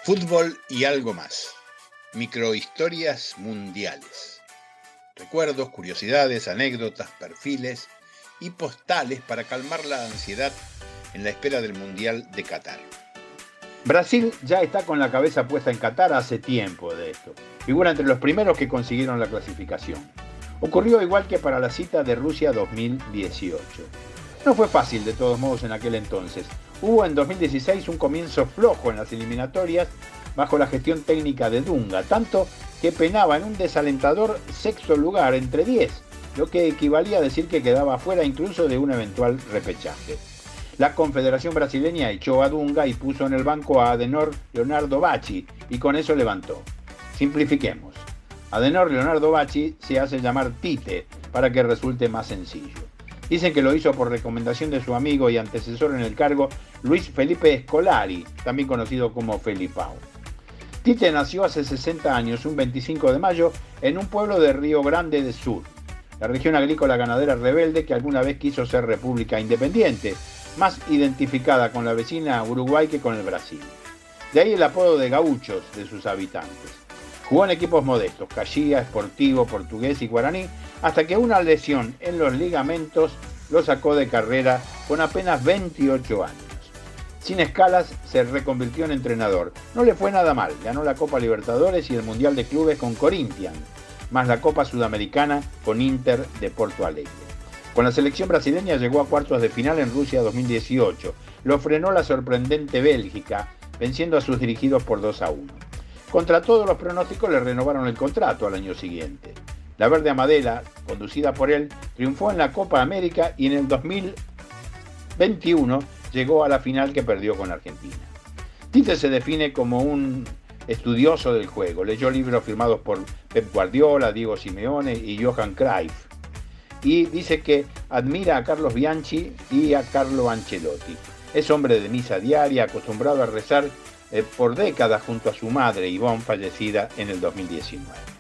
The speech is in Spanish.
Fútbol y algo más. Microhistorias mundiales. Recuerdos, curiosidades, anécdotas, perfiles y postales para calmar la ansiedad en la espera del Mundial de Qatar. Brasil ya está con la cabeza puesta en Qatar hace tiempo de esto. Figura entre los primeros que consiguieron la clasificación. Ocurrió igual que para la cita de Rusia 2018. No fue fácil de todos modos en aquel entonces. Hubo en 2016 un comienzo flojo en las eliminatorias bajo la gestión técnica de Dunga, tanto que penaba en un desalentador sexto lugar entre 10, lo que equivalía a decir que quedaba fuera incluso de un eventual repechaje. La Confederación Brasileña echó a Dunga y puso en el banco a Adenor Leonardo Bacci, y con eso levantó. Simplifiquemos. Adenor Leonardo Bacci se hace llamar Tite para que resulte más sencillo. Dicen que lo hizo por recomendación de su amigo y antecesor en el cargo, Luis Felipe Scolari, también conocido como Felipao. Tite nació hace 60 años, un 25 de mayo, en un pueblo de Río Grande do Sul, la región agrícola ganadera rebelde que alguna vez quiso ser república independiente, más identificada con la vecina Uruguay que con el Brasil. De ahí el apodo de gauchos de sus habitantes. Jugó en equipos modestos, Caxias, Sportivo, Portugués y Guaraní, hasta que una lesión en los ligamentos lo sacó de carrera con apenas 28 años. Sin escalas, se reconvirtió en entrenador. No le fue nada mal, ganó la Copa Libertadores y el Mundial de Clubes con Corinthians, más la Copa Sudamericana con Inter de Porto Alegre. Con la selección brasileña llegó a cuartos de final en Rusia 2018. Lo frenó la sorprendente Bélgica, venciendo a sus dirigidos por 2-1. Contra todos los pronósticos le renovaron el contrato al año siguiente. La Verde Amadela, conducida por él, triunfó en la Copa América y en el 2021 llegó a la final que perdió con Argentina. Tite se define como un estudioso del juego. Leyó libros firmados por Pep Guardiola, Diego Simeone y Johan Cruyff. Y dice que admira a Carlos Bianchi y a Carlo Ancelotti. Es hombre de misa diaria, acostumbrado a rezar por décadas junto a su madre, Ivonne, fallecida en el 2019.